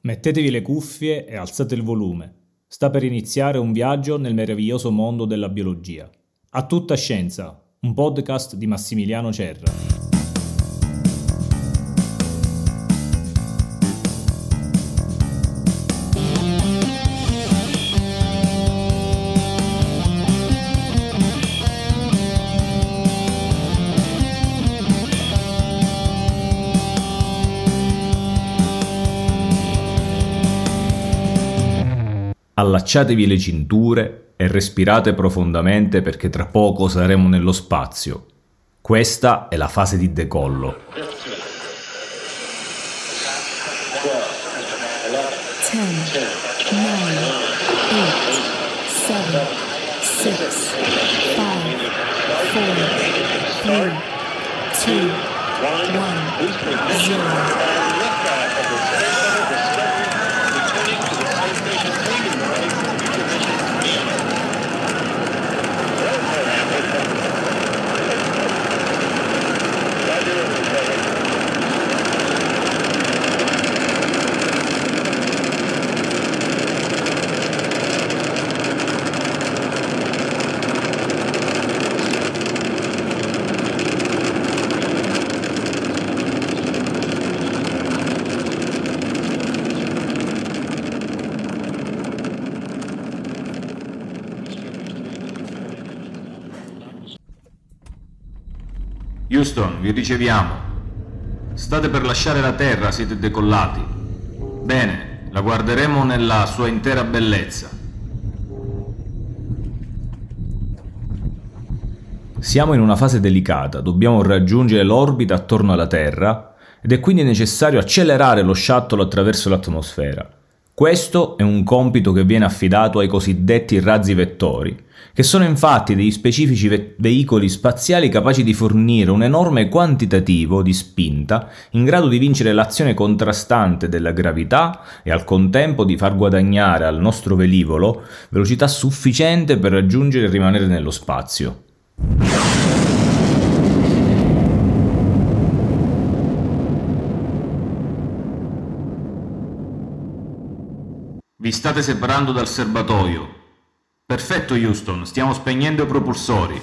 Mettetevi le cuffie e alzate il volume. Sta per iniziare un viaggio nel meraviglioso mondo della biologia. A tutta scienza, un podcast di Massimiliano Cerra. Allacciatevi le cinture e respirate profondamente perché tra poco saremo nello spazio. Questa è la fase di decollo. 10, 9, 8, 7, 6, 5, 4, 3, 2, 1, 0. Houston, vi riceviamo. State per lasciare la Terra, siete decollati. Bene, la guarderemo nella sua intera bellezza. Siamo in una fase delicata, dobbiamo raggiungere l'orbita attorno alla Terra ed è quindi necessario accelerare lo shuttle attraverso l'atmosfera. Questo è un compito che viene affidato ai cosiddetti razzi vettori, che sono infatti degli specifici veicoli spaziali capaci di fornire un enorme quantitativo di spinta in grado di vincere l'azione contrastante della gravità e al contempo di far guadagnare al nostro velivolo velocità sufficiente per raggiungere e rimanere nello spazio. Vi state separando dal serbatoio. Perfetto Houston, stiamo spegnendo i propulsori.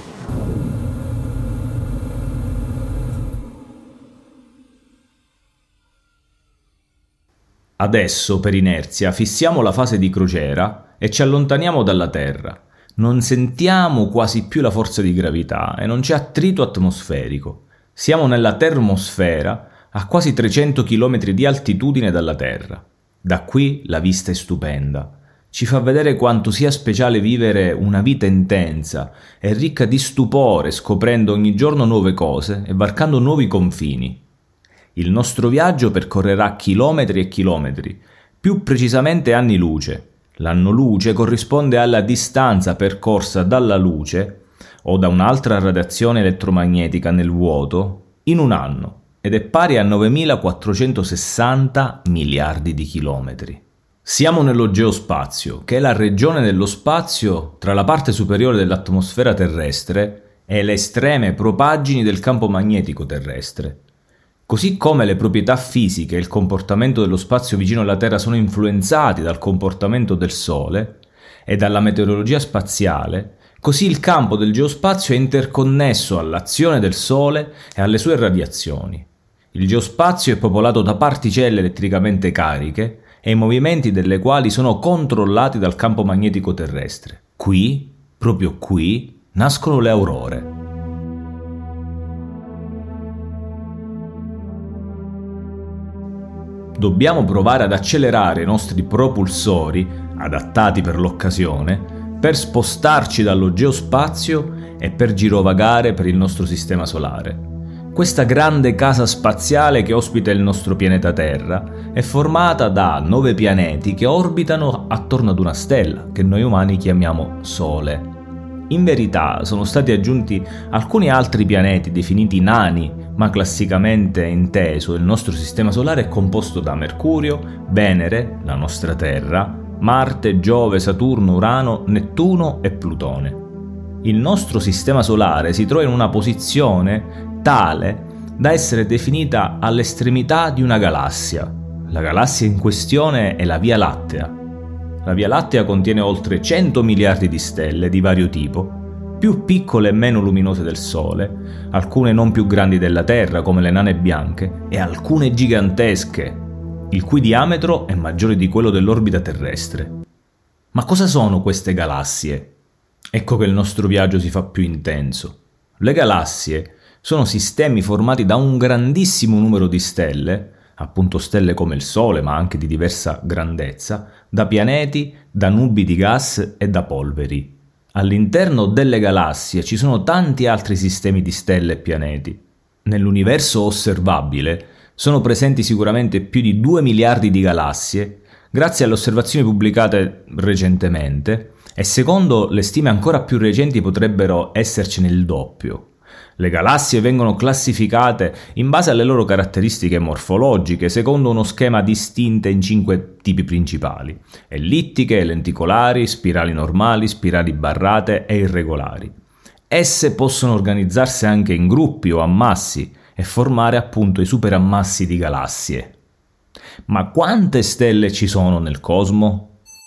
Adesso, per inerzia, fissiamo la fase di crociera e ci allontaniamo dalla Terra. Non sentiamo quasi più la forza di gravità e non c'è attrito atmosferico. Siamo nella termosfera a quasi 300 km di altitudine dalla Terra. Da qui la vista è stupenda. Ci fa vedere quanto sia speciale vivere una vita intensa e ricca di stupore, scoprendo ogni giorno nuove cose e varcando nuovi confini. Il nostro viaggio percorrerà chilometri e chilometri, più precisamente anni luce. L'anno luce corrisponde alla distanza percorsa dalla luce o da un'altra radiazione elettromagnetica nel vuoto in un anno ed è pari a 9.460 miliardi di chilometri. Siamo nello geospazio, che è la regione dello spazio tra la parte superiore dell'atmosfera terrestre e le estreme propaggini del campo magnetico terrestre. Così come le proprietà fisiche e il comportamento dello spazio vicino alla Terra sono influenzati dal comportamento del Sole e dalla meteorologia spaziale, così il campo del geospazio è interconnesso all'azione del Sole e alle sue radiazioni. Il geospazio è popolato da particelle elettricamente cariche e i movimenti delle quali sono controllati dal campo magnetico terrestre. Qui, proprio qui, nascono le aurore. Dobbiamo provare ad accelerare i nostri propulsori, adattati per l'occasione, per spostarci dallo geospazio e per girovagare per il nostro sistema solare. Questa grande casa spaziale che ospita il nostro pianeta Terra è formata da 9 pianeti che orbitano attorno ad una stella, che noi umani chiamiamo Sole. In verità sono stati aggiunti alcuni altri pianeti definiti nani, ma classicamente inteso il nostro sistema solare è composto da Mercurio, Venere, la nostra Terra, Marte, Giove, Saturno, Urano, Nettuno e Plutone. Il nostro sistema solare si trova in una posizione tale da essere definita all'estremità di una galassia, La galassia in questione è la Via Lattea. La Via Lattea contiene oltre 100 miliardi di stelle di vario tipo, più piccole e meno luminose del Sole, alcune non più grandi della Terra come le nane bianche e alcune gigantesche, il cui diametro è maggiore di quello dell'orbita terrestre. Ma cosa sono queste galassie? Ecco che il nostro viaggio si fa più intenso. Le galassie sono sistemi formati da un grandissimo numero di stelle, appunto stelle come il Sole, ma anche di diversa grandezza, da pianeti, da nubi di gas e da polveri. All'interno delle galassie ci sono tanti altri sistemi di stelle e pianeti. Nell'universo osservabile sono presenti sicuramente più di 2 miliardi di galassie, grazie alle osservazioni pubblicate recentemente, e secondo le stime ancora più recenti potrebbero essercene il doppio. Le galassie vengono classificate in base alle loro caratteristiche morfologiche, secondo uno schema distinto in 5 tipi principali: ellittiche, lenticolari, spirali normali, spirali barrate e irregolari. Esse possono organizzarsi anche in gruppi o ammassi e formare appunto i superammassi di galassie. Ma quante stelle ci sono nel cosmo?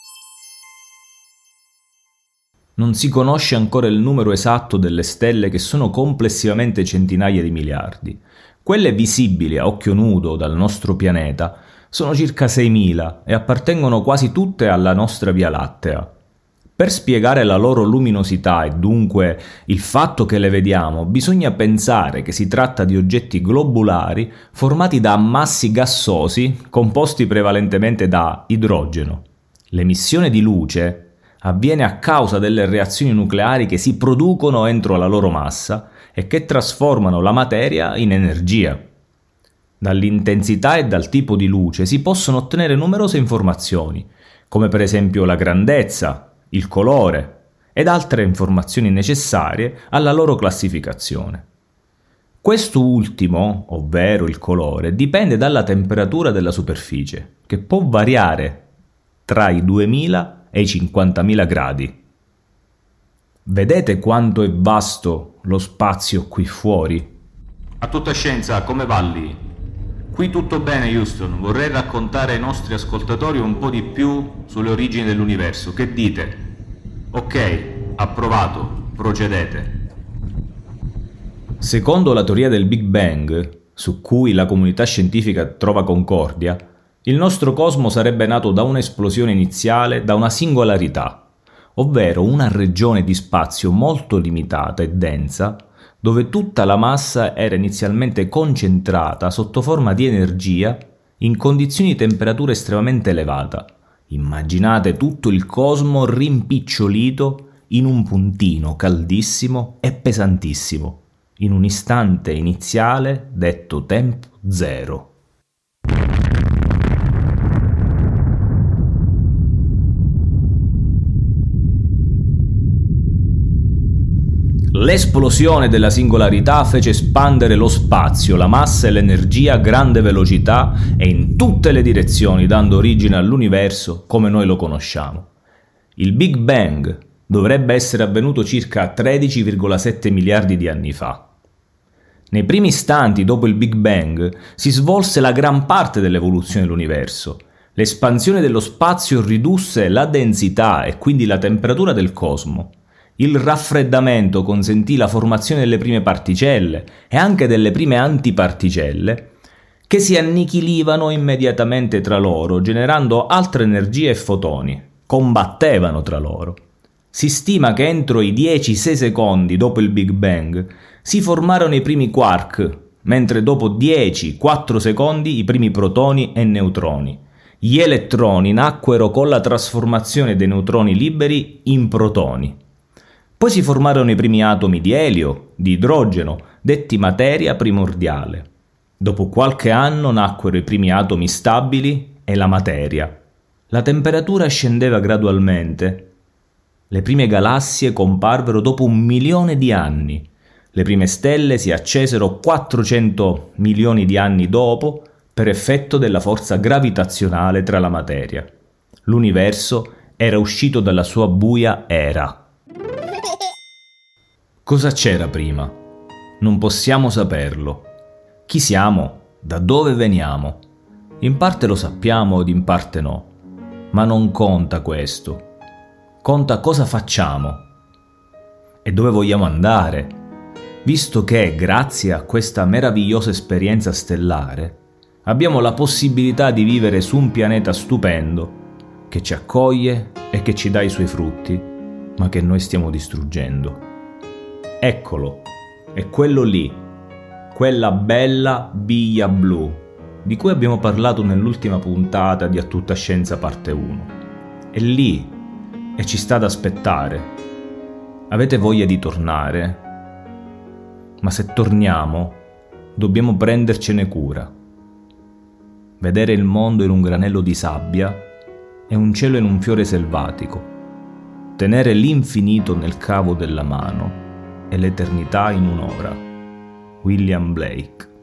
Non si conosce ancora il numero esatto delle stelle, che sono complessivamente centinaia di miliardi. Quelle visibili a occhio nudo dal nostro pianeta sono circa 6.000 e appartengono quasi tutte alla nostra Via Lattea. Per spiegare la loro luminosità e dunque il fatto che le vediamo, bisogna pensare che si tratta di oggetti globulari formati da ammassi gassosi composti prevalentemente da idrogeno. L'emissione di luce avviene a causa delle reazioni nucleari che si producono entro la loro massa e che trasformano la materia in energia. Dall'intensità e dal tipo di luce si possono ottenere numerose informazioni, come per esempio la grandezza, il colore ed altre informazioni necessarie alla loro classificazione. Questo ultimo, ovvero il colore, dipende dalla temperatura della superficie, che può variare tra i 2000 e i 50.000 gradi. Vedete quanto è vasto lo spazio qui fuori? A tutta scienza, come va lì? Qui tutto bene, Houston. Vorrei raccontare ai nostri ascoltatori un po' di più sulle origini dell'universo. Che dite? Ok, approvato. Procedete. Secondo la teoria del Big Bang, su cui la comunità scientifica trova concordia, il nostro cosmo sarebbe nato da un'esplosione iniziale, da una singolarità, ovvero una regione di spazio molto limitata e densa, dove tutta la massa era inizialmente concentrata sotto forma di energia in condizioni di temperatura estremamente elevata. Immaginate tutto il cosmo rimpicciolito in un puntino caldissimo e pesantissimo, in un istante iniziale detto tempo zero. L'esplosione della singolarità fece espandere lo spazio, la massa e l'energia a grande velocità e in tutte le direzioni, dando origine all'universo come noi lo conosciamo. Il Big Bang dovrebbe essere avvenuto circa 13,7 miliardi di anni fa. Nei primi istanti dopo il Big Bang si svolse la gran parte dell'evoluzione dell'universo. L'espansione dello spazio ridusse la densità e quindi la temperatura del cosmo. Il raffreddamento consentì la formazione delle prime particelle e anche delle prime antiparticelle, che si annichilivano immediatamente tra loro, generando altre energie e fotoni. Combattevano tra loro. Si stima che entro i 10-6 secondi dopo il Big Bang si formarono i primi quark, mentre dopo 10-4 secondi i primi protoni e neutroni. Gli elettroni nacquero con la trasformazione dei neutroni liberi in protoni. Poi si formarono i primi atomi di elio, di idrogeno, detti materia primordiale. Dopo qualche anno nacquero i primi atomi stabili e la materia. La temperatura scendeva gradualmente. Le prime galassie comparvero dopo 1 milione di anni. Le prime stelle si accesero 400 milioni di anni dopo per effetto della forza gravitazionale tra la materia. L'universo era uscito dalla sua buia era. Cosa c'era prima? Non possiamo saperlo. Chi siamo? Da dove veniamo? In parte lo sappiamo ed in parte no, ma non conta questo. Conta cosa facciamo e dove vogliamo andare, visto che, grazie a questa meravigliosa esperienza stellare, abbiamo la possibilità di vivere su un pianeta stupendo che ci accoglie e che ci dà i suoi frutti, ma che noi stiamo distruggendo. Eccolo, è quello lì, quella bella biglia blu, di cui abbiamo parlato nell'ultima puntata di A Tutta Scienza parte 1. È lì e ci sta ad aspettare. Avete voglia di tornare? Ma se torniamo, dobbiamo prendercene cura. Vedere il mondo in un granello di sabbia e un cielo in un fiore selvatico. Tenere l'infinito nel cavo della mano e l'eternità in un'ora. William Blake.